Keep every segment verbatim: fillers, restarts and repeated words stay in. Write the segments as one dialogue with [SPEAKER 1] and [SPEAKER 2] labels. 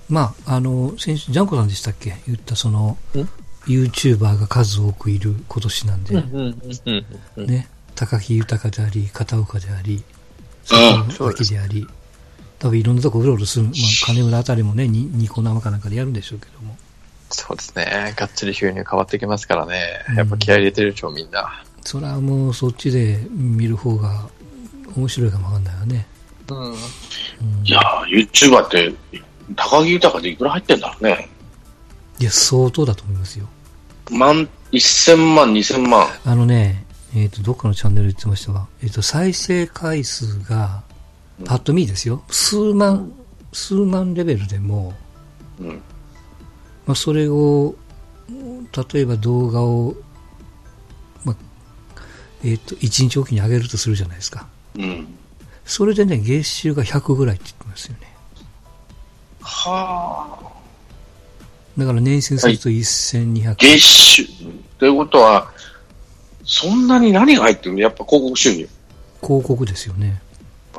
[SPEAKER 1] まあ、あの、先週、ジャンコさんでしたっけ言ったその、YouTuber が数多くいる今年なんで、ね、高木豊であり、片岡であり、佐藤明であり、多分いろんなとこうろうろする、まあ、金村あたりもね、ニ, ニコ生かなんかでやるんでしょうけども。
[SPEAKER 2] そうですね。がっつり収入変わってきますからね。やっぱ気合い入れてるでしょ、みんな。
[SPEAKER 1] それはもうそっちで見る方が面白いかもわかんないわね。
[SPEAKER 3] うん。うん、いやー、YouTuber って、高木豊でいくら入ってんだろうね。
[SPEAKER 1] いや、相当だと思いますよ。
[SPEAKER 3] 万、せんまん、にせんまん。
[SPEAKER 1] あのね、えっ、ー、と、どっかのチャンネル言ってましたが、えっ、ー、と、再生回数が、パッと見ですよ。数万、数万レベルでも、うん、まあ、それを、例えば動画を、まあ、えっ、ー、と、いちにちおきに上げるとするじゃないですか。うん。それでね、月収がひゃくぐらいって言ってますよね。はあ。だから年収するとせんにひゃく、
[SPEAKER 3] はい、月収ということはそんなに何が入ってるの？やっぱ広告収入。
[SPEAKER 1] 広告ですよね。ああ、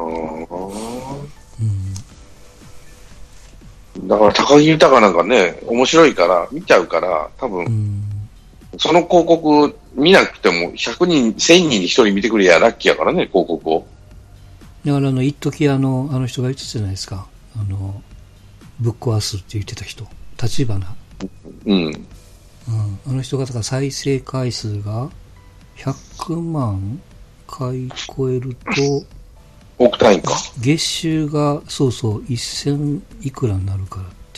[SPEAKER 3] うん。だから高木豊なんかね面白いから見ちゃうから多分、うん、その広告見なくてもひゃくにんせんにんにひとり見てくれやラッキーやからね広告を。
[SPEAKER 1] だからあの一時あのあの人が言ってたじゃないですか。あのぶっ壊すって言ってた人。立花、うん、うん、あの人がだから再生回数がひゃくまん回超えると
[SPEAKER 3] 億単位か
[SPEAKER 1] 月収がそうそうせんいくらになるからって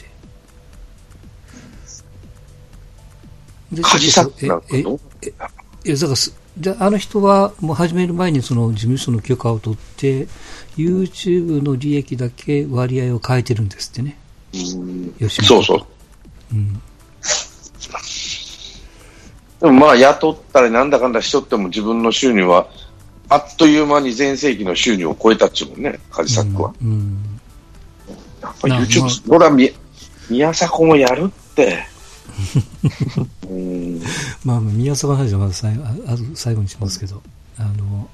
[SPEAKER 3] でカジサックなんかどう
[SPEAKER 1] ええいやだからじゃあの人はもう始める前にその事務所の許可を取って YouTube の利益だけ割合を変えてるんですってね。
[SPEAKER 3] うんそうそう、うん、でもまあ雇ったりなんだかんだしとっても自分の収入はあっという間に全盛期の収入を超えたっちゅうもんねカジサックは、うんうん、やっぱり YouTube ほら宮迫もやるって
[SPEAKER 1] うんまあ宮迫の話はまだ最後、最後にしますけど、あの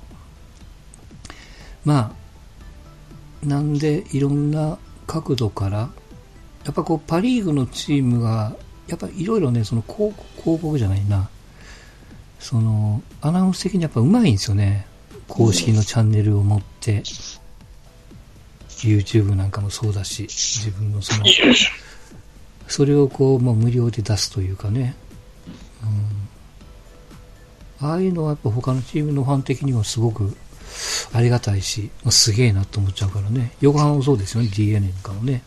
[SPEAKER 1] まあなんでいろんな角度からやっぱこうパリーグのチームがやっぱいろいろねその広告、広告じゃないなそのアナウンス的にやっぱうまいんですよね。公式のチャンネルを持って、うん、YouTube なんかもそうだし自分のそのそれをこう、まあ、無料で出すというかね、うん、ああいうのはやっぱ他のチームのファン的にはすごくありがたいし、まあ、すげえなと思っちゃうからね。横浜もそうですよね ディーエヌエー なんかもね。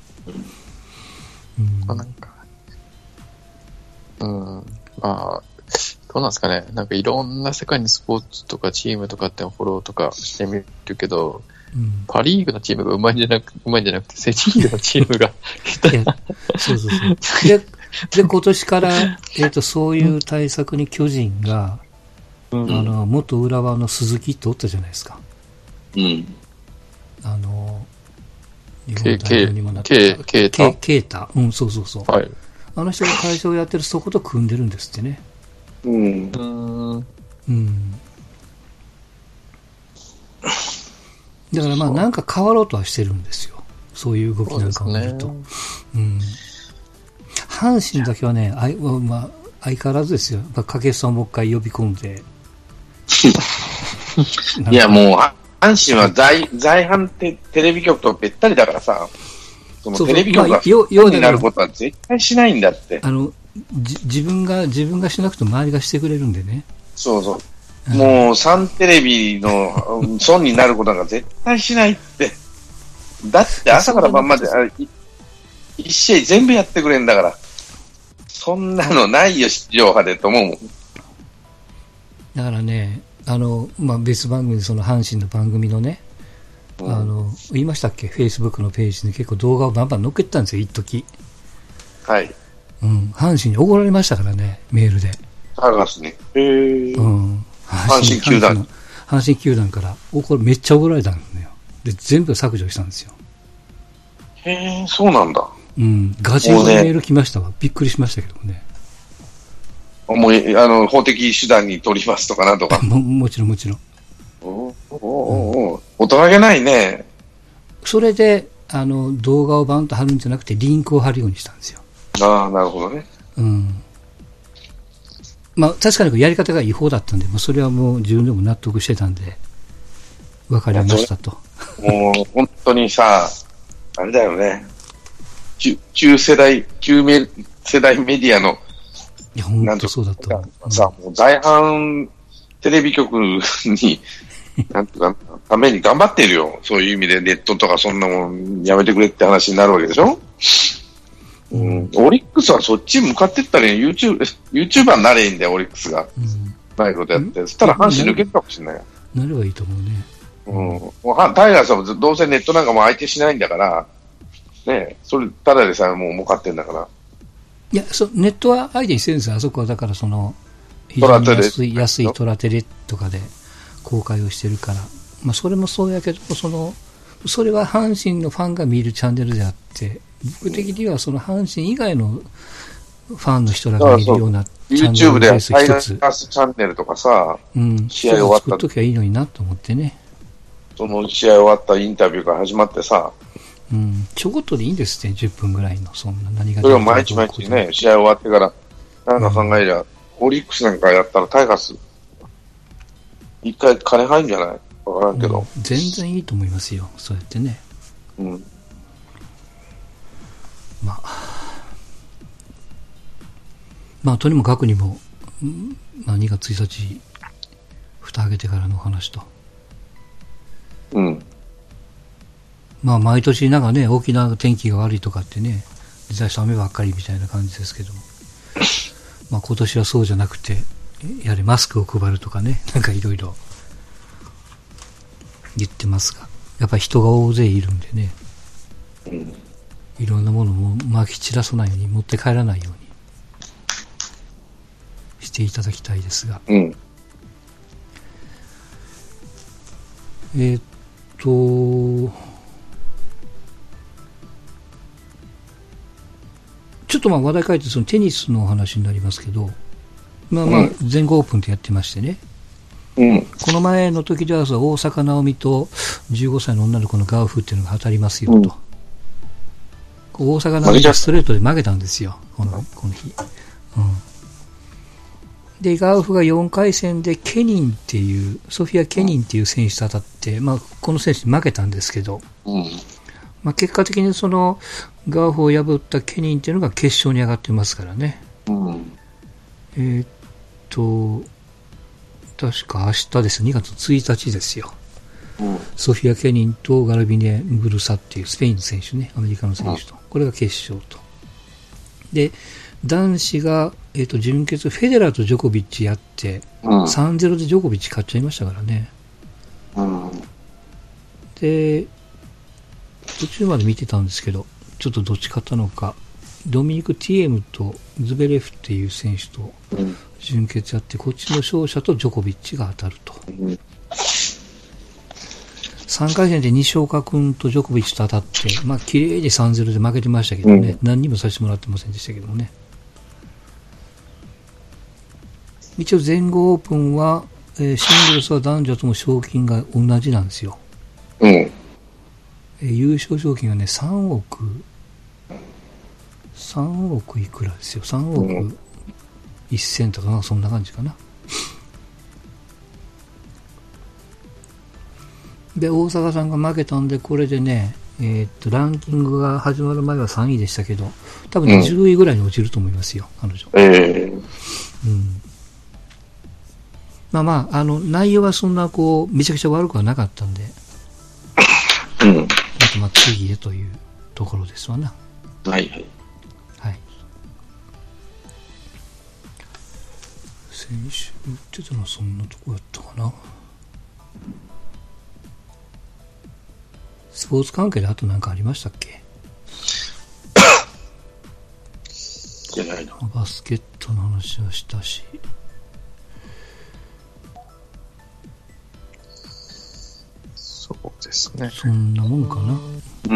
[SPEAKER 2] うん、なんか、うん、まあ、どうなんですかね。なんかいろんな世界のスポーツとかチームとかってフォローとかしてみるけど、うん、パリーグのチームがうまいんじゃなく、うまいんじゃなくて、セ・リーグのチームが
[SPEAKER 1] そうそうそう。で、で今年から、えっと、そういう対策に巨人が、うん、あの、元浦和の鈴木っておったじゃないですか。うん。あの、日本代表にもなった。ケータ。ケータ。うん、そうそうそう。はい。あの人が会社をやってるそこと組んでるんですってね。うん。うん。だからまあなんか変わろうとはしてるんですよ。そういう動きなんかを見ると。うね、うん。阪神だけはね、あいまあ、相変わらずですよ。やっぱ掛布さんをもう一回呼び込んで。
[SPEAKER 3] いやもう、阪神は在、在阪テ、テレビ局とべったりだからさ、そのテレビ局がファンになることは絶対しないんだって。
[SPEAKER 1] あの、じ、自分が、自分がしなくても周りがしてくれるんでね。
[SPEAKER 3] そうそう。もう、サンテレビの損になることなんか絶対しないって。だって朝から晩まで、一試合全部やってくれんだから。そんなのないよ、地上波でと思うもん。
[SPEAKER 1] だからね、あの、まあ、別番組でその阪神の番組のね、うん、あの、言いましたっけ Facebook のページに結構動画をバンバン載っけてたんですよ、一時。はい。うん、阪神に怒られましたからね、メールで。
[SPEAKER 3] あがすね。へー。うん。阪神球団。
[SPEAKER 1] 阪神球団から怒る、めっちゃ怒られたんだよ。で、全部削除したんですよ。
[SPEAKER 3] へー、そうなんだ。
[SPEAKER 1] うん、ガチのメール来ましたわ、ね。びっくりしましたけどね。
[SPEAKER 3] もう、あの、法的手段に取りますとかなんとか。
[SPEAKER 1] も、もちろんもちろん。
[SPEAKER 3] おおお、うん、大人げないね。
[SPEAKER 1] それで、 あの、動画をバンと貼るんじゃなくて、リンクを貼るようにしたんですよ。
[SPEAKER 3] ああ、なるほどね。
[SPEAKER 1] うん。まあ、確かにやり方が違法だったんで、まあ、それはもう自分でも納得してたんで、わかりましたと。
[SPEAKER 3] もう、本当にさ、あれだよね。中、中世代、中メ世代メディアの、
[SPEAKER 1] いや、本当そうだと思う。
[SPEAKER 3] さ、もう在阪テレビ局に、なんていうか、ために頑張ってるよ。そういう意味でネットとかそんなもんやめてくれって話になるわけでしょ。うん、オリックスはそっち向かってったら、ね、YouTube、YouTuber になれいいんだよ、オリックスが。うん、ないことやって。そしたら阪神抜けるかもしれないよ。
[SPEAKER 1] なればいいと思うね。
[SPEAKER 3] うん。もうタイガースはどうせネットなんかも相手しないんだから、ね、それ、ただでさえもう儲かってんだから。
[SPEAKER 1] いや、そネットは相手にしてるんですよ。あそこはだからその、非常に安い、安いトラテレとかで公開をしてるから。まあ、それもそうやけど、その、それは阪神のファンが見るチャンネルであって、僕的にはその阪神以外のファンの人らが見るようなチャンネル
[SPEAKER 3] YouTube ではタイガースチャンネルとかさ、
[SPEAKER 1] うん、
[SPEAKER 3] 試合終わった。
[SPEAKER 1] 作っときゃいいのになと思ってね。
[SPEAKER 3] その試合終わったインタビューから始まってさ、
[SPEAKER 1] うん、ちょこっとでいいんですね、じゅっぷんぐらいの、そんな何が。
[SPEAKER 3] それを毎日毎日ね、試合終わってから、なんか考えりゃ、うん、オリックスなんかやったらタイガース、一回金入るんじゃないわからんけど、
[SPEAKER 1] うん。全然いいと思いますよ、そうやってね。うん。まあ、まあ、とにもかくにも、まあ、にがつついたち、蓋開けてからの話と。
[SPEAKER 3] うん。
[SPEAKER 1] まあ、毎年なんかね、沖縄の天気が悪いとかってね、実際雨ばっかりみたいな感じですけども。まあ、今年はそうじゃなくて、やはりマスクを配るとかね、なんかいろいろ言ってますが、やっぱり人が大勢いるんでね、うん、いろんなものもまき散らさないように、持って帰らないようにしていただきたいですが、うん、えー、っとちょっとまあ話題変えてそのテニスの話になりますけど、まあまあ全豪オープンってやってましてね、うん、この前の時では大坂なおみとじゅうごさいの女の子のガウフっていうのが当たりますよと、うん、大坂なおみがストレートで負けたんですよ、この、この日、うん、でガウフがよんかい戦でケニンっていうソフィア・ケニンっていう選手と当たって、まあ、この選手に負けたんですけど、うんまあ、結果的にそのガウフを破ったケニンっていうのが決勝に上がってますからね、うん、えー、っと確か明日です、にがつついたちですよ、うん、ソフィア・ケニンとガルビネ・ムグルサっていうスペインの選手ね、アメリカの選手と、これが決勝と。で男子が、えー、と準決フェデラーとジョコビッチやって、うん、さんたいゼロ でジョコビッチ勝っちゃいましたからね、うん、で途中まで見てたんですけど、ちょっとどっち勝ったのか、ドミニク・ティエムとズベレフっていう選手と準決やって、こっちの勝者とジョコビッチが当たると、うん、さんかい戦で西岡君とジョコビッチと当たって、まあ綺麗に さんたいゼロ で負けてましたけどね、うん、何にもさせてもらってませんでしたけどもね。一応全豪オープンは、えー、シングルスは男女とも賞金が同じなんですよ、うんえー、優勝賞金がねさんおくさんおくいくらですよ、さんおくせんとかな、そんな感じかな。で大阪さんが負けたんで、これでね、えー、っとランキングが始まる前はさんいでしたけど、多分じゅういぐらいに落ちると思いますよ、うん、彼女、えーうんまあまあ、あの内容はそんなこうめちゃくちゃ悪くはなかったんで、うん、あとまあ次へというところですわな。はいはいはい。先週言ってたのはそんなとこやったかな。スポーツ関係であと何かありましたっけ？じゃないの。バスケットの話はしたし。
[SPEAKER 2] そうですね。
[SPEAKER 1] そんなもんかな。うん。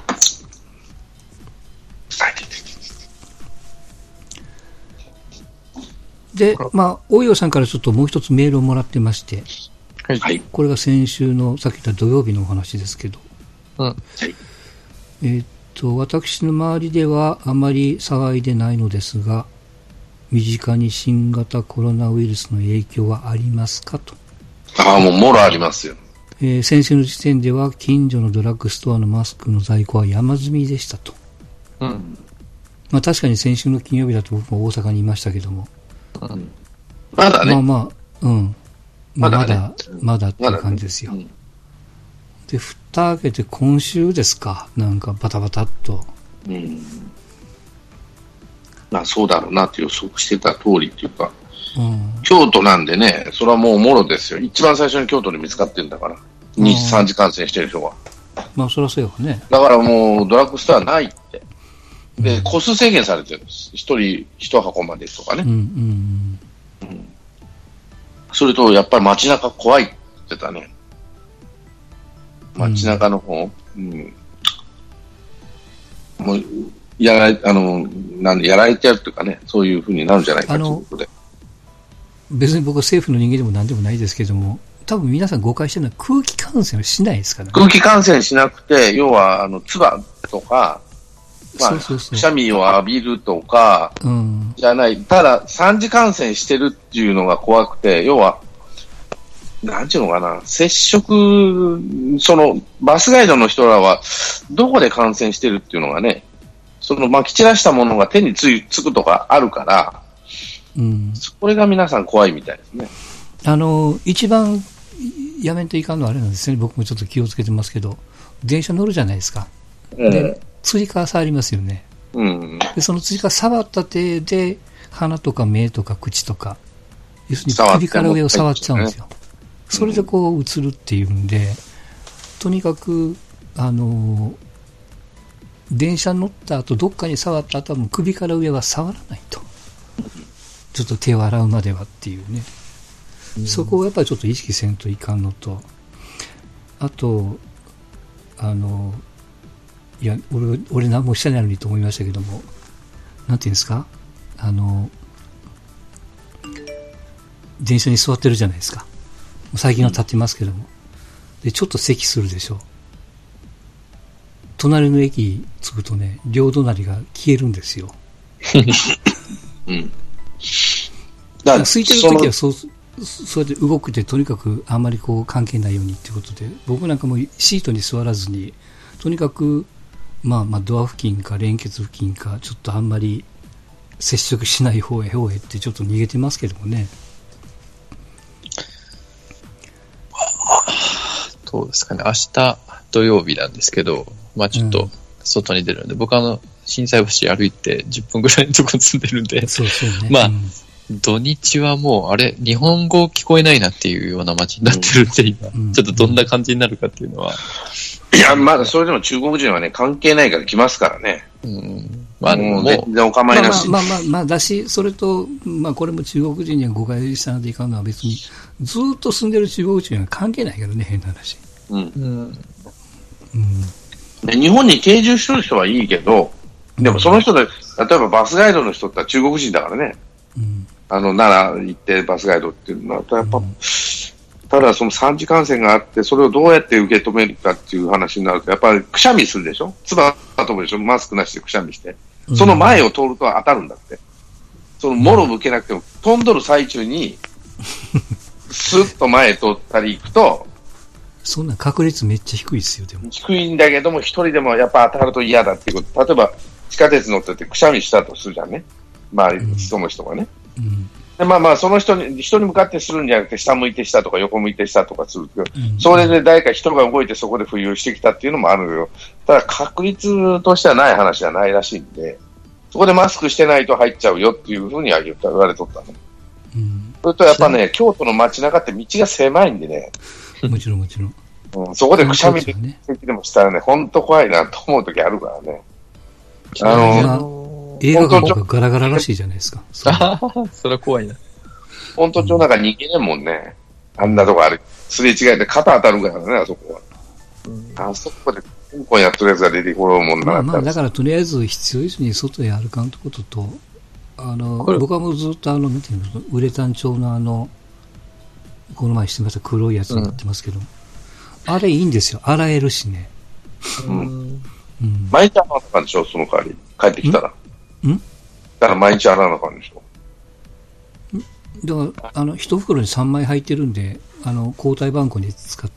[SPEAKER 1] で、まあ、大岩さんからちょっともう一つメールをもらってまして、はい。これが先週の、さっき言った土曜日のお話ですけど、うん。はい。 えー、っと、私の周りではあまり騒いでないのですが、身近に新型コロナウイルスの影響はありますかと。
[SPEAKER 3] ああ、もうもろありますよ。
[SPEAKER 1] えー、先週の時点では近所のドラッグストアのマスクの在庫は山積みでしたと。うん。まあ確かに先週の金曜日だと僕も大阪にいましたけども。
[SPEAKER 3] うん。まだね。
[SPEAKER 1] まあまあ、うん。まあ、まだ、まだっていう感じですよ。ね、うん、で、蓋開けて今週ですか。なんかバタバタっと。うん。
[SPEAKER 3] まあそうだろうなって予測してた通りっていうか。うん、京都なんでね、それはもうもろですよ。一番最初に京都で見つかってるんだから。に、さんじ感染してる人が。
[SPEAKER 1] まあそりゃそうよね。
[SPEAKER 3] だからもうドラッグストアないって。で、うん、個数制限されてるんです。一人一箱までとかね。うんうんうん、それと、やっぱり街中怖いって言ってたね。街中の方、うん。もう、やられ、あの、なんで、やられてやるっていうかね、そういう風になるんじゃないかということで。
[SPEAKER 1] 別に僕は政府の人間でも何でもないですけども、多分皆さん誤解してるのは空気感染はしないですからね。
[SPEAKER 3] 空気感染しなくて、要は、あの、唾とか、まあ、そうそうそう、くしゃみを浴びるとか、うん、じゃない。ただ、三次感染してるっていうのが怖くて、要は、なんていうのかな、接触、その、バスガイドの人らは、どこで感染してるっていうのがね、その、まき散らしたものが手につい、つくとかあるから、うん、それが皆さん怖いみたいですね。
[SPEAKER 1] あの、一番やめんといかんのはあれなんですね。僕もちょっと気をつけてますけど、電車乗るじゃないですか。うん、で、つり革触りますよね。うん、で、そのつり革触った手で、鼻とか目とか口とか、要するに首から上を触っちゃうんですよ。それでこう映るっていうんで、とにかく、あの、電車乗った後、どっかに触った後はもう首から上は触らないと。ちょっと手を洗うまではっていうね。うん、そこをやっぱりちょっと意識せんといかんのと、あと、あの、いや、俺、俺何もしてないのにと思いましたけども、なんていうんですか、あの、電車に座ってるじゃないですか。最近は立ってますけども。で、ちょっと咳するでしょう。隣の駅着くとね、両隣が消えるんですよ。うん。だから空いてる時はそう、そうやって動くて、とにかくあんまりこう関係ないようにっていうことで、僕なんかもシートに座らずに、とにかく、まあまあドア付近か連結付近か、ちょっとあんまり接触しない方へ方へってちょっと逃げてますけどもね。
[SPEAKER 2] どうですかね。明日土曜日なんですけど、まあちょっと外に出るんで、うん、僕はあの、心斎橋歩いてじゅっぷんぐらいのところに住んでるんで、そうそうね、まあ、うん、土日はもう、あれ、日本語聞こえないなっていうような街になってるんで、今、うん、ちょっとどんな感じになるかっていうのは。
[SPEAKER 3] いや、まだそれでも中国人はね、関係ないから来ますからね。うん。まあ、もう全然お構いなし。
[SPEAKER 1] まあまあまあ、まあ、だし、それと、まあこれも中国人には誤解したのでいかんのは別に、ずっと住んでる中国人は関係ないけどね、変な話。うん。うん
[SPEAKER 3] で日本に定住してる人はいいけど、でもその人で、例えばバスガイドの人って中国人だからね。うん、あの、奈良行ってバスガイドっていうのは、やっぱ、うん、ただその三次感染があって、それをどうやって受け止めるかっていう話になると、やっぱりくしゃみするでしょ、唾飛ぶでしょ、マスクなしでくしゃみして。その前を通ると当たるんだって。そのもろ向けなくても、飛んどる最中に、スッと前通ったり行くと、
[SPEAKER 1] そんな確率めっちゃ低いですよ、でも。
[SPEAKER 3] 低いんだけども、一人でもやっぱ当たると嫌だっていうこと。例えば、地下鉄乗っててくしゃみしたとするじゃんね。周り、人の人がね。うん、でまあまあ、その人に、人に向かってするんじゃなくて、下向いてしたとか横向いてしたとかするけど、うん、それで誰か人が動いてそこで浮遊してきたっていうのもあるよ。ただ確率としてはない話じゃないらしいんで、そこでマスクしてないと入っちゃうよっていうふうには言った言われとったね。うん、それとやっぱね、京都の街中って道が狭いんでね。
[SPEAKER 1] もちろんもちろん。
[SPEAKER 3] うん、そこでくしゃみでもしたらね、ほんと怖いなと思うときあるからね。
[SPEAKER 1] あの、映画館がガラガラらしいじゃないですか。
[SPEAKER 2] それは怖いな。
[SPEAKER 3] 本当町なんか逃げねえもんね。あんなとこある。すれ違いで肩当たるからね、あそこは。うん、あそこで香港やってるやつが出てこるもんな
[SPEAKER 1] ら、まあ、まあだからとりあえず必要以上に外へ歩かんってことと、あの、僕はもうずっとあの、見てみると、ウレタン調のあの、この前してました黒いやつになってますけど、うん、あれいいんですよ。洗えるしね。うん、 うん、
[SPEAKER 3] 毎日洗わなあかんでしょ、その代わり。帰ってきたら。
[SPEAKER 1] んん
[SPEAKER 3] だから毎日洗わなあかんでしょ。
[SPEAKER 1] だから、あの、一袋にさんまい入ってるんで、あの、交代番号に使って。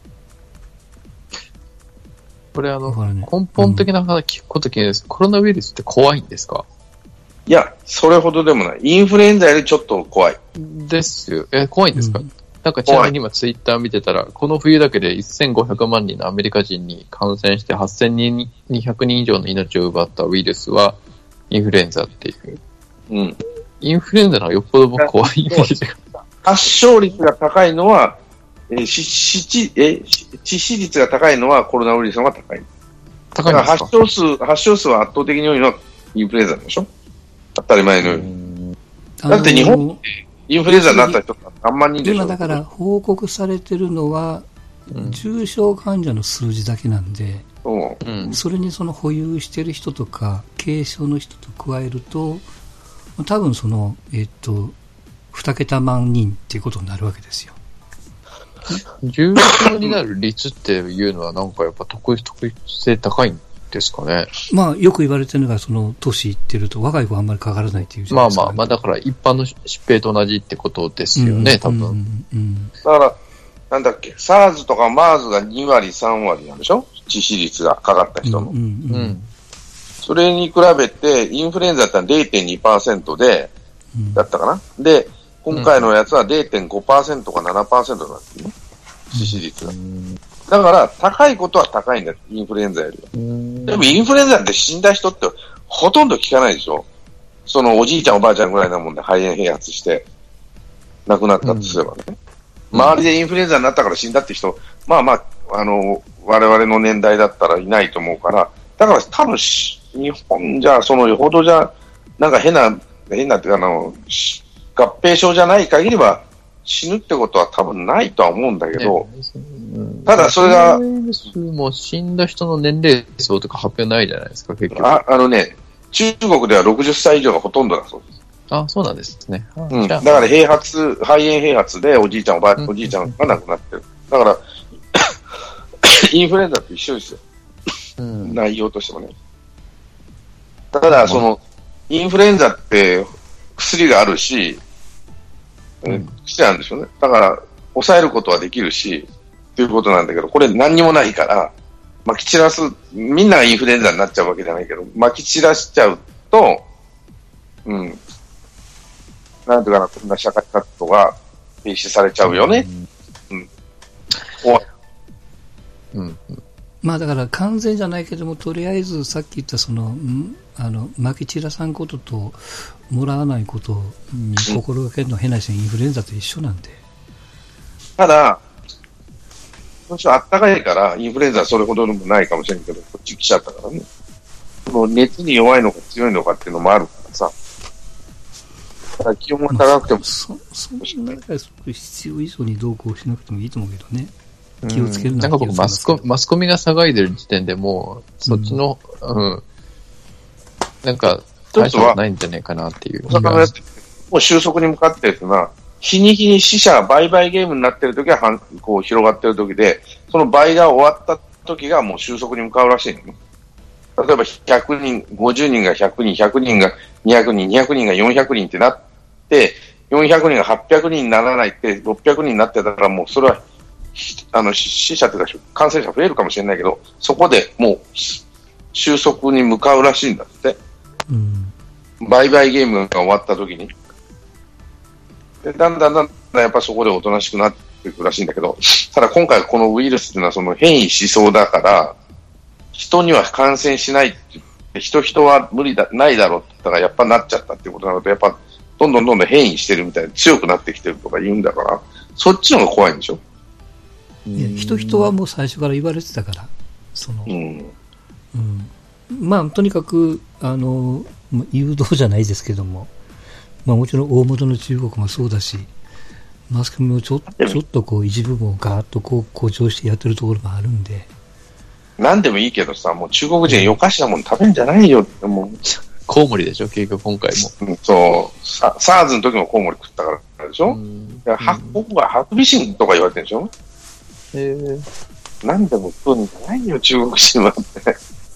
[SPEAKER 2] これあの、ね、根本的な話聞くこと聞いです、うん、コロナウイルスって怖いんですか？
[SPEAKER 3] いや、それほどでもない。インフルエンザよりちょっと怖い。
[SPEAKER 2] ですよ。え、怖いんですか？うん、なんかちなみに今ツイッター見てたら、この冬だけでせんごひゃくまんにんのアメリカ人に感染してはっせんにひゃくにん以上の命を奪ったウイルスはインフルエンザっていう。
[SPEAKER 3] うん。
[SPEAKER 2] インフルエンザの方がよっぽど僕怖いイメージが。
[SPEAKER 3] 発症率が高いのは、えー、し、し、え、致死率が高いのはコロナウイルスの方が高い。
[SPEAKER 2] 高いんですか？
[SPEAKER 3] 発症数、発症数は圧倒的に多いのはインフルエンザでしょ？当たり前のように。だって日本ってインフルエンザになった人が何万人でしょ？
[SPEAKER 1] 今だから報告されてるのは、重症患者の数字だけなんで、うん、それにその保有してる人とか、軽症の人と加えると、多分その、えっと、二桁万人っていうことになるわけですよ。
[SPEAKER 2] 重症になる率っていうのはなんかやっぱ特特性高いんですかね。
[SPEAKER 1] まあよく言われてるのがその年いってると若い子はあんまりかからないっていうじゃないですか、ね。
[SPEAKER 2] まあまあまあだから一般の疾病と同じってことですよね、うん、多分、うん
[SPEAKER 3] うん。だからなんだっけ、SARS とか MERS がにわりさんわりなんでしょ？致死率がかかった人の。うんうんうん、それに比べてインフルエンザだったら れいてんにパーセント で、うん、だったかな。で今回のやつは れいてんごパーセント か ななパーセント なんですね。致死率が。だから、高いことは高いんだよ。インフルエンザよりは。でもインフルエンザって死んだ人ってほとんど聞かないでしょ。そのおじいちゃんおばあちゃんぐらいなもんで肺炎併発して亡くなったとすればね。うん、周りでインフルエンザになったから死んだって人、まあまあ、あの、我々の年代だったらいないと思うから、だから多分日本じゃ、そのよほどじゃ、なんか変な、変なっていうか、あの、合併症じゃない限りは死ぬってことは多分ないとは思うんだけど、ね、ただそれが、
[SPEAKER 2] もう死んだ人の年齢層とか発表ないじゃないですか、結局。
[SPEAKER 3] あ、あのね、中国ではろくじゅっさい以上がほとんどだそうです。
[SPEAKER 2] あ、そうなんですね。
[SPEAKER 3] うん。だから併発、肺炎併発でおじいちゃんおばあ、おじいちゃんが亡くなってる。だから、インフルエンザと一緒ですよ。うん、内容としてもね。ただ、その、インフルエンザって薬があるし、うん、薬なんでしょうね。だから、抑えることはできるし、ということなんだけど、これ何にもないから、撒き散らす、みんながインフルエンザになっちゃうわけじゃないけど、撒き散らしちゃうと、うん、なんていうかな、こんな社会活動が停止されちゃうよね。うん。うん、怖い。
[SPEAKER 1] うん。まあだから完全じゃないけども、とりあえずさっき言ったその、んあの、撒き散らさんことと、もらわないことに心がけるのは変なし、インフルエンザと一緒なんで。
[SPEAKER 3] ただ、今年はあったかいから、インフルエンザはそれほどでもないかもしれんけど、こっち来ちゃったからね。もう熱に弱いのか強いのかっていうのもあるからさ。だから気温が高くても。まあ、
[SPEAKER 1] そ、そんな中で必要以上にどうこうしなくてもいいと思うけどね。気をつける
[SPEAKER 2] な。なんか僕マスコ、マスコミが騒いでる時点でもう、そっちの、うん、うん、なんか、対処はないんじゃないかなっていう。
[SPEAKER 3] もう収束に向かってるのは、日に日に死者、売買ゲームになってる時は、こう広がってる時で、その倍が終わった時がもう収束に向かうらしいの。例えばひゃくにん、ごじゅうにんがひゃくにん、ひゃくにんがにひゃくにん、にひゃくにんがよんひゃくにんってなって、よんひゃくにんがはっぴゃくにんにならないって、ろっぴゃくにんになってたらもうそれは、あの、死者というか感染者増えるかもしれないけど、そこでもう収束に向かうらしいんだって。うん、売買ゲームが終わった時に。で、だんだんだんだんやっぱそこでおとなしくなっていくらしいんだけど、ただ今回このウイルスっていうのはその変異しそうだから、人には感染しないって言って、人人は無理だ、ないだろうって言ったらやっぱなっちゃったっていうことなので、やっぱどんどんどんどん変異してるみたいに強くなってきてるとか言うんだから、そっちの方が怖いんでしょ？
[SPEAKER 1] いや、人人はもう最初から言われてたから、その、うん。うん、まあ、とにかく、あの、誘導じゃないですけども、まあもちろん大元の中国もそうだし、マスコミもちょちょっとこう一部分をガーッとこう誇張してやってるところもあるんで。
[SPEAKER 3] なんでもいいけどさ、もう中国人よかしなもん食べんじゃないよって、もう。
[SPEAKER 2] コウモリでしょ、結局今回も。
[SPEAKER 3] うん、そう。サーズの時もコウモリ食ったからでしょ。うん、ハクビシンとか言われてるでしょ。へえ。なんでも食うんじゃないよ、中国人はって。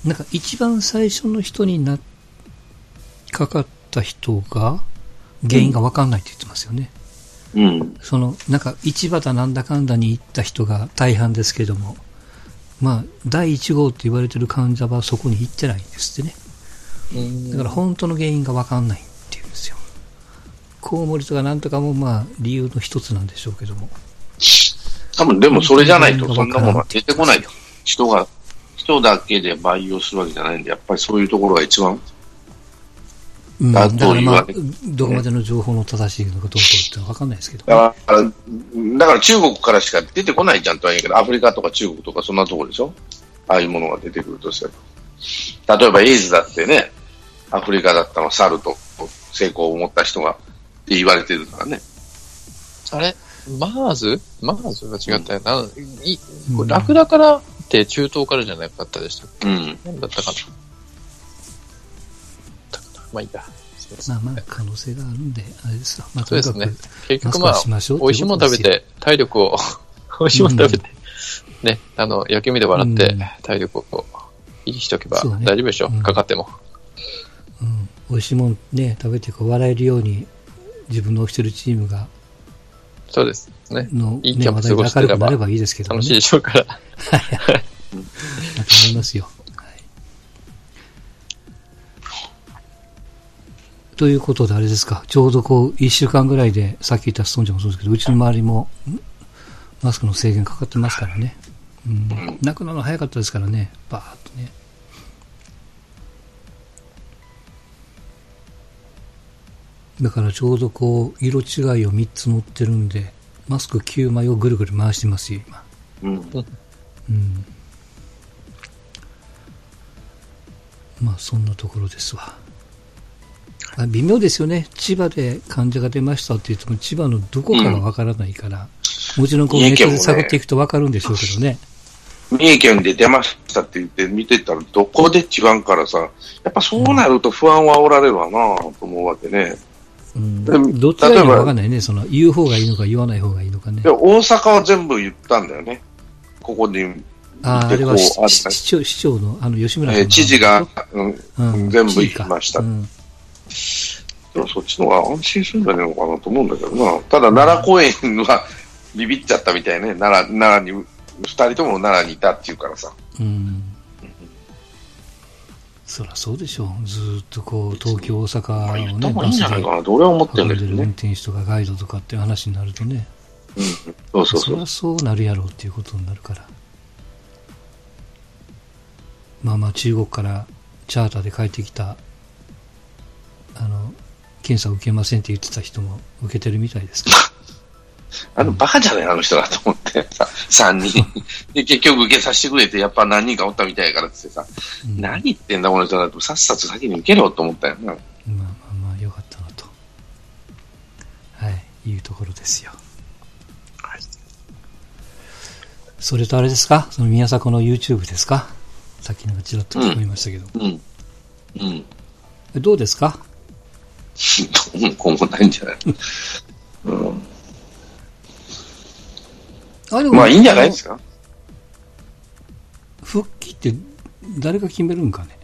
[SPEAKER 1] なんか一番最初の人になかかった人が原因が分かんないって言ってますよね。
[SPEAKER 3] うん。
[SPEAKER 1] その、なんか市場だなんだかんだに行った人が大半ですけども、まあ、だいいち号って言われてる患者はそこに行ってないんですってね。だから本当の原因が分かんないっていうんですよ。コウモリとかなんとかもまあ理由の一つなんでしょうけども。
[SPEAKER 3] 多分でもそれじゃないとそんなものは出てこない。人が、人だけで培養するわけじゃないんで、やっぱりそういうところが一番、
[SPEAKER 1] うん、だからまあ、どこまでの情報の正しいのかどうかって分かんないですけど、ね。
[SPEAKER 3] だから、だから中国からしか出てこないじゃんとは言うけど、アフリカとか中国とかそんなところでしょ？ああいうものが出てくるとしたら。例えばエイズだってね、アフリカだったの猿と成功を持った人がって言われてるからね。
[SPEAKER 2] あれマーズマーズが違ったよな。うん、いラクダからって中東からじゃなかったでしたっけ？うん。何だったかな。まあいいや。
[SPEAKER 1] まあまあ可能性があるんで、あれですよ。まあ、
[SPEAKER 2] そうですね。結局まあ、美味しいもの食べて、体力を、美味しいもの食べて、うん、ね、あの、野球見で笑って、体力を維持しとけば大丈夫でしょ、ね、うん、かかっても。
[SPEAKER 1] うん。美味しいもんね、食べてこう笑えるように、自分の起きてるチームが、
[SPEAKER 2] そうですね。
[SPEAKER 1] の、
[SPEAKER 2] いいキャンプ過ごしてれば、
[SPEAKER 1] なればいいですけどね、
[SPEAKER 2] 楽しいでしょうから。はい。
[SPEAKER 1] だと思いますよ。ということであれですか、ちょうどこういっしゅうかんぐらいで、さっき言ったストーンジャもそうですけど、うちの周りもマスクの制限かかってますからね、うん、なくなるの早かったですからね、バーッとね。だからちょうどこう色違いをみっつ持ってるんで、マスクきゅうまいをぐるぐる回してますよ今。うん、うん、まあそんなところですわ。微妙ですよね。千葉で患者が出ましたって言っても千葉のどこかがわからないから、うん、もちろんこうネットで探っていくとわかるんでしょうけどね。
[SPEAKER 3] 三重県で出ましたって言って見てたらどこで違うからさ、やっぱそうなると不安はおられるわなと思うわけね。
[SPEAKER 1] うん、どっちがいいのかわかんないね。その言う方がいいのか言わない方がいいのかね。
[SPEAKER 3] 大阪は全部言ったんだよね。ここで。
[SPEAKER 1] ああ、あれは市長、市長のあの吉村さん、
[SPEAKER 3] えー、知事が、うんうん、全部言いました。でもそっちの方が安心するんじゃないのかなと思うんだけどな。ただ奈良公園はビビっちゃったみたいね。奈良、奈良に、二人とも奈良にいたっていうからさ。うん。
[SPEAKER 1] そりゃそうでしょう。ずーっとこう、東京、大阪をね、
[SPEAKER 3] まあ、バスで運
[SPEAKER 1] んでる運転手とかガイドとかっていう話になるとね。
[SPEAKER 3] うん。そうそうそう。
[SPEAKER 1] そりゃそうなるやろうっていうことになるから。まあまあ中国からチャーターで帰ってきたあの検査を受けませんって言ってた人も受けてるみたいですけど
[SPEAKER 3] あのバカじゃないあの人だと思ってささんにんで結局受けさせてくれてやっぱ何人かおったみたいからってさ、うん、何言ってんだこの人だとさっさと先に受けろと思ったよな。まあ
[SPEAKER 1] まあまあよかったなとはいいうところですよ。はい。それとあれですか、その宮迫の YouTube ですか、さっきなんかちらっと聞こえましたけど。うん。うん。うん、どうですか？
[SPEAKER 3] 今後ないんじゃないうん。
[SPEAKER 1] あ、でも
[SPEAKER 3] まあいいんじゃないですか？
[SPEAKER 1] 復帰って誰が決めるんかね？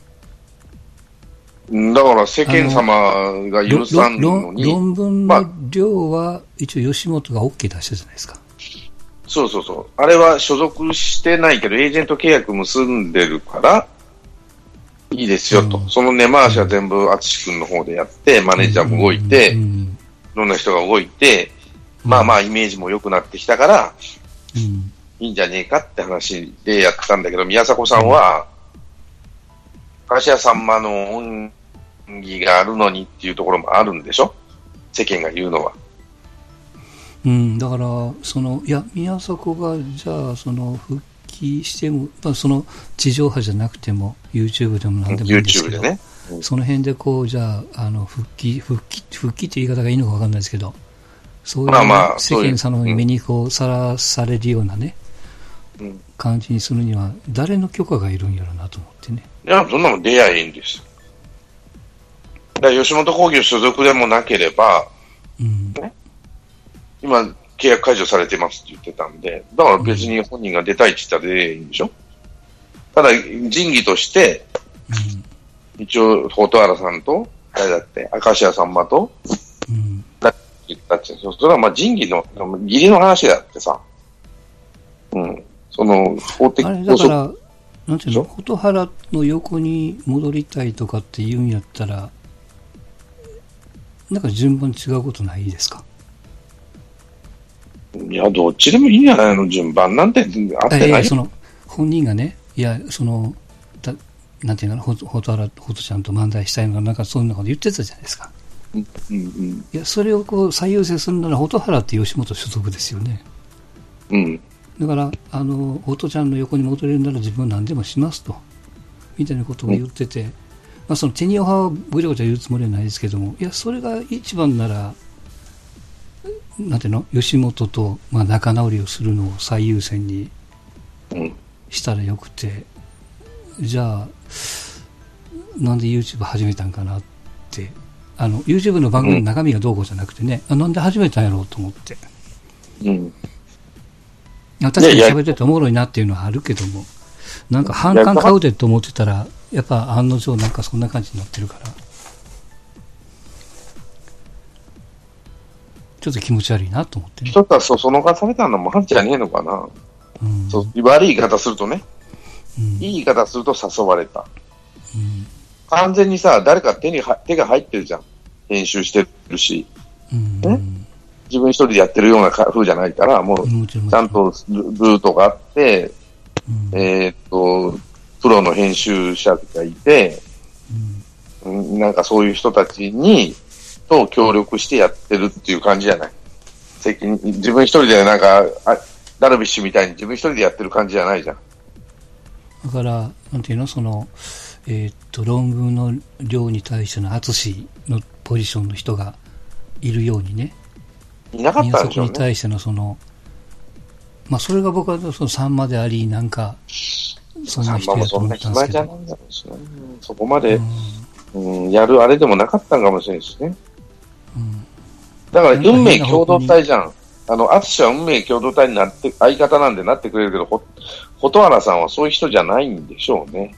[SPEAKER 3] だから世間様が許さんのに。
[SPEAKER 1] 論文の量は一応吉本が OK 出したじゃないですか。
[SPEAKER 3] そうそうそう。あれは所属してないけど、エージェント契約結んでるから、いいですよと。うん、その根回しは全部、淳君の方でやって、マネージャーも動いて、うん、いろんな人が動いて、うん、まあまあイメージも良くなってきたから、うん、いいんじゃねえかって話でやったんだけど、宮迫さんは、明石家さんまの恩義があるのにっていうところもあるんでしょ？世間が言うのは。
[SPEAKER 1] うん、だからそのいや宮迫がじゃあその復帰しても、まあ、その地上波じゃなくても YouTube でも何でもいいんですけど、
[SPEAKER 3] ね
[SPEAKER 1] うん、その辺でこうじゃあ、あの復帰復帰復帰って言い方がいいのか分かんないですけど、そういう世間さんの目にこうさらされるようなね、うん、感じにするには誰の許可がいるんやろうなと思ってね。
[SPEAKER 3] いやそんなもん出会えんですよ。だから吉本興業所属でもなければ、うんね、今、契約解除されてますって言ってたんで、だから別に本人が出たいって言ったら出ればいいんでしょ？ ただ、仁義として、うん、一応、蛍原さんと、誰だって、明石家さんまと、うん、だって言ったって、それはまあ仁義の、義理の話だってさ、うん、その、法的
[SPEAKER 1] あれだから、なんていうの、蛍原の横に戻りたいとかって言うんやったら、なんか順番違うことないですか？
[SPEAKER 3] いや、どっちでもいいんじゃないの？順番なんてあってない。
[SPEAKER 1] その、本人がね、いや、その、だなんていうの、ほと原、ほとちゃんと漫才したいのか、なんかそんなこと言ってたじゃないですか。
[SPEAKER 3] うんうん、
[SPEAKER 1] いや、それをこう最優先するなら、蛍原って吉本所属ですよね。
[SPEAKER 3] うん。
[SPEAKER 1] だから、あの、ほとちゃんの横に戻れるなら自分は何でもしますと。みたいなことを言ってて、うん、まあそのテニオ派はごちゃごちゃ言うつもりはないですけども、いや、それが一番なら、なんていうの、吉本と、まあ、仲直りをするのを最優先にしたらよくて、うん、じゃあなんで YouTube 始めたんかなって、あの YouTube の番組の中身がどうこうじゃなくてね、うん、あなんで始めたんやろうと思って、うん、確かに喋ってておもろいなっていうのはあるけども、なんか反感買うでと思ってたらやっぱ案の定なんかそんな感じになってるから、ちょっと気持ち悪いなと思って、ね、
[SPEAKER 3] 一つはそそのがされたのもはんじゃねえのかな、うん、そう悪い言い方するとね、うん、いい言い方すると誘われた、うん、完全にさ誰か手に手が入ってるじゃん、編集してるし、うんね、自分一人でやってるような風じゃないから、もうちゃんとルートがあって、うん、えー、っとプロの編集者がいて、うん、なんかそういう人たちにと協力してやってるっていう感じじゃない。責任、自分一人でなんか、ダルビッシュみたいに自分一人でやってる感じじゃないじゃん。
[SPEAKER 1] だから、なんていうの、その、えー、っと、論文の量に対しての淳のポジションの人がいるようにね。
[SPEAKER 3] いなかったんでしょうね。
[SPEAKER 1] に対してのその、まあ、それが僕はそのさんまであり、なんか、
[SPEAKER 3] そんな人やと思ったんですけど。さんまもそんな暇じゃないんだろうしね。そこまで、うん、うん、やるあれでもなかったんかもしれないしね。うん、だから運命共同体じゃん。あの、淳は運命共同体になって、相方なんでなってくれるけど、ほ、蛍原さんはそういう人じゃないんでしょうね。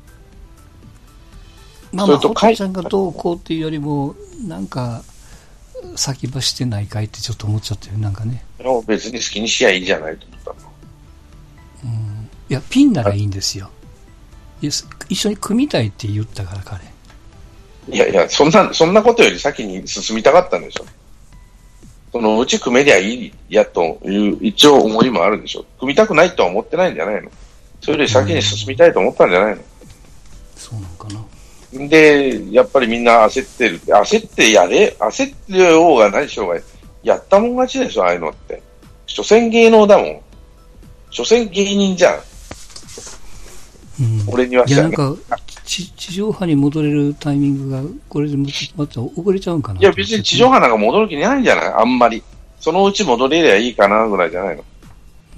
[SPEAKER 1] まあまあ、蛍ちゃんがどうこうっていうよりも、なんか、先走ってないかいってちょっと思っちゃったよ、なんかね。
[SPEAKER 3] 別に好きにしやいいじゃないと思ったの。
[SPEAKER 1] うん。いや、ピンならいいんですよ。いや、一緒に組みたいって言ったから、彼。
[SPEAKER 3] いやいや、そんな、そんなことより先に進みたかったんでしょ。そのうち組めりゃいいやという一応思いもあるでしょ。組みたくないとは思ってないんじゃないの。それより先に進みたいと思ったんじゃないの。
[SPEAKER 1] そうなのかな。
[SPEAKER 3] で、やっぱりみんな焦ってる。焦ってやれ、焦ってようが何しようが、やったもん勝ちでしょ、ああいうのって。所詮芸能だもん。所詮芸人じゃん。うん、俺には
[SPEAKER 1] したら、ね。いや、なんか、地上波に戻れるタイミングが、これでまた遅れちゃうんかな。
[SPEAKER 3] いや、別に地上波なんか戻る気ないんじゃないあんまり。そのうち戻れりゃいいかな、ぐらいじゃないの。うん、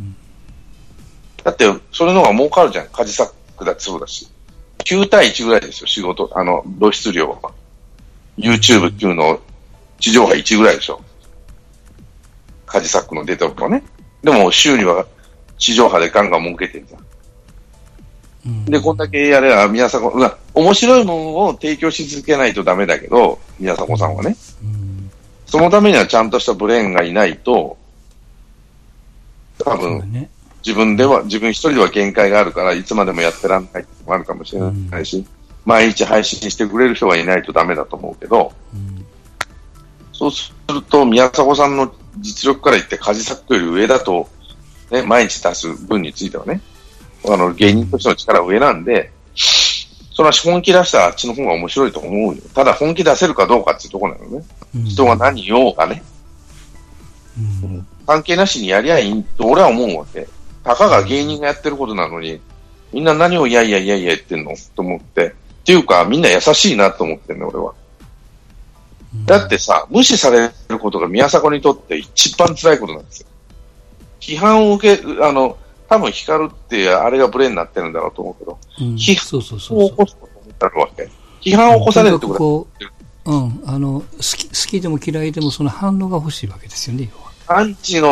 [SPEAKER 3] だって、それの方が儲かるじゃん。カジサックだってそうだし。きゅう対いちぐらいですよ、仕事。あの、露出量は。YouTube 級の地上波いちぐらいでしょ。カジサックの出たとね。でも、週には地上波でガンガン儲けてるじゃん。うん、で、こんだけやれば、宮迫、まあ、面白いものを提供し続けないとダメだけど、宮迫さんはね。うん、そのためにはちゃんとしたブレーンがいないと、多分、ね、自分では、自分一人では限界があるから、いつまでもやってらんないってのもあるかもしれないし、うん、毎日配信してくれる人がいないとダメだと思うけど、うん、そうすると、宮迫さんの実力から言って、カジサックより上だと、ね、毎日出す分についてはね、あの、芸人としての力は上なんで、それは本気出したらあっちの方が面白いと思うよ。ただ本気出せるかどうかっていうところなのね。うん、人が何言おうがね、うん。関係なしにやりゃいいと俺は思うわけ。たかが芸人がやってることなのに、みんな何をいやいやいやいや言ってんのと思って。っていうか、みんな優しいなと思ってんの、俺は。うん、だってさ、無視されることが宮迫にとって一番辛いことなんですよ。批判を受け、あの、多分光るってあれがブレになってるんだろうと思うけど、うん、批判を起こすことになるわけ。批判を起こされるってこと
[SPEAKER 1] は、うん、あの好き、好きでも嫌いでもその反応が欲しいわけですよね。
[SPEAKER 3] アンチの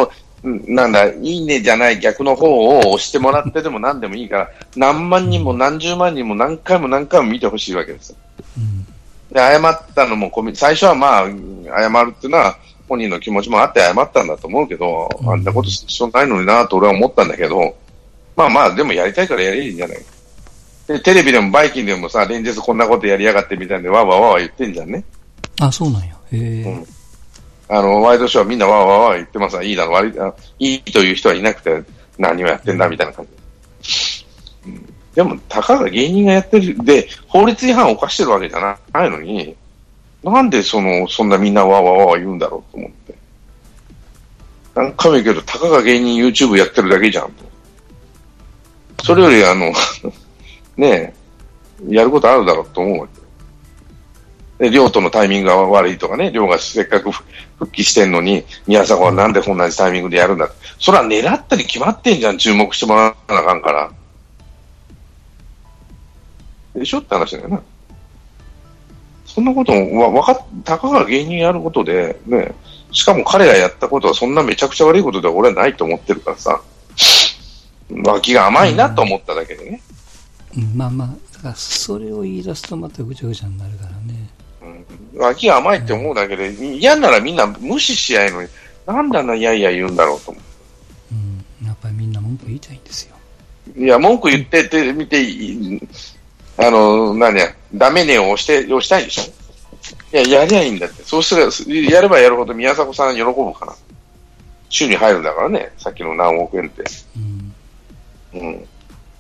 [SPEAKER 3] なんだ、いいねじゃない逆の方を押してもらってでも何でもいいから、何万人も何十万人も何回も何回も見てほしいわけですよ。うん、で、謝ったのも込み、最初はまあ、謝るっていうのは、本人の気持ちもあって謝ったんだと思うけど、うん、あんなことしょないのになと俺は思ったんだけど、まあまあ、でもやりたいからやりゃいいんじゃない。で、テレビでもバイキンでもさ、連日こんなことやりやがってみたいで、わーわーわー言ってんじゃんね。
[SPEAKER 1] あ、そうなんや。へー。うん、
[SPEAKER 3] あの、ワイドショーはみんなわーわーわー言ってます。いいだろ、悪い、いいという人はいなくて、何をやってんだみたいな感じ。うん、でも、たかが芸人がやってる、で、法律違反を犯してるわけじゃないのに、なんでその、そんなみんなわーわーわー言うんだろうと思って。何回も言うけど、たかが芸人 YouTube やってるだけじゃんと。それより、あの、ねえ、やることあるだろうと思うわけ。で、亮とのタイミングが悪いとかね、亮がせっかく復帰してんのに、宮迫はなんでこんなタイミングでやるんだって。それは狙ったに決まってんじゃん、注目してもらわなあかんから。でしょって話だよな。そんなことも、わかっ、たかが芸人やることで、ね、しかも彼がやったことはそんなめちゃくちゃ悪いことでは俺はないと思ってるからさ。脇が甘いなと思っただけでね。
[SPEAKER 1] うん、まあまあ、だからそれを言い出すとまたぐちゃぐちゃになるからね。
[SPEAKER 3] うん、脇が甘いって思うだけで、うん、嫌ならみんな無視し合いのに、なんであんないやいや言うんだろうと思う。
[SPEAKER 1] うん、やっぱりみんな文句言いたいんですよ。
[SPEAKER 3] いや、文句言ってて、見て、あの、何や、ダメねを押して、押したいでしょ。いや、やりゃいいんだって。そうすれば、やればやるほど宮迫さん喜ぶかな。週に入るんだからね、さっきの何億円って。うん。うん。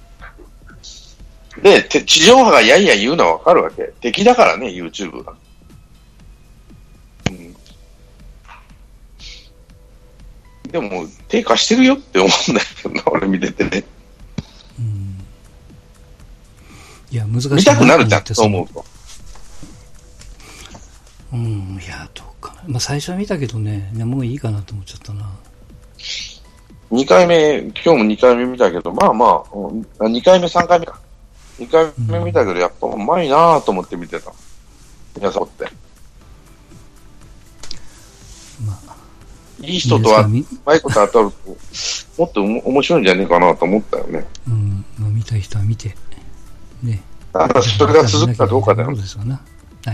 [SPEAKER 3] で、地上波がやいや言うのはわかるわけ。敵だからね、YouTube が。うん。でも、低下してるよって思うんだけどな、俺見ててね。
[SPEAKER 1] うん。いや、難しい。
[SPEAKER 3] 見たくなるじゃん、そう思うと。
[SPEAKER 1] うん、いや、どうかな。まあ、最初は見たけどね、もういいかなと思っちゃったな。
[SPEAKER 3] にかいめ、今日もにかいめ見たけど、まあまあ、にかいめ、さんかいめか。にかいめ見たけど、やっぱうまいなぁと思って見てた。皆さんって。
[SPEAKER 1] まあ、
[SPEAKER 3] いい人とは、うまいこと当たると、もっと面白いんじゃねえかなと思ったよね。
[SPEAKER 1] うん、まあ、見たい人は見て。ね。
[SPEAKER 3] ただ、それが続くかどうかだよ。
[SPEAKER 1] そうですよな。はい。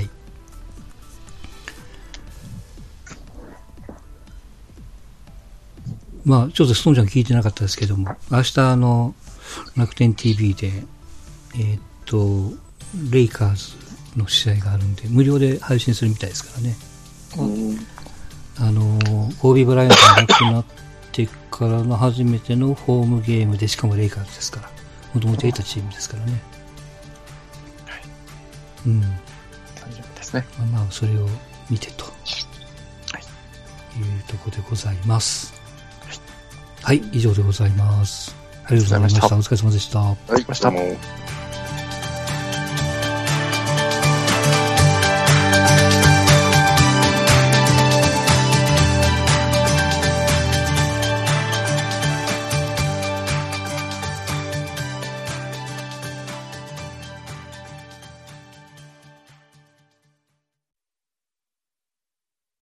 [SPEAKER 1] まあ、ちょっとストーンちゃん聞いてなかったですけども、明日あの、楽天 ティーブイ で、えー、っと、レイカーズの試合があるんで、無料で配信するみたいですからね。うん、あの、コービー・ブライアントが亡くなってからの初めてのホームゲームで、しかもレイカーズですから、もともといたチームですからね。
[SPEAKER 2] はい。
[SPEAKER 1] うん。
[SPEAKER 2] 大丈夫ですね。
[SPEAKER 1] まあ、まあ、それを見てと。はい。いうところでございます。はい、以上でございます。ありがとうございました。お疲れ様でした。
[SPEAKER 3] はい、どうも。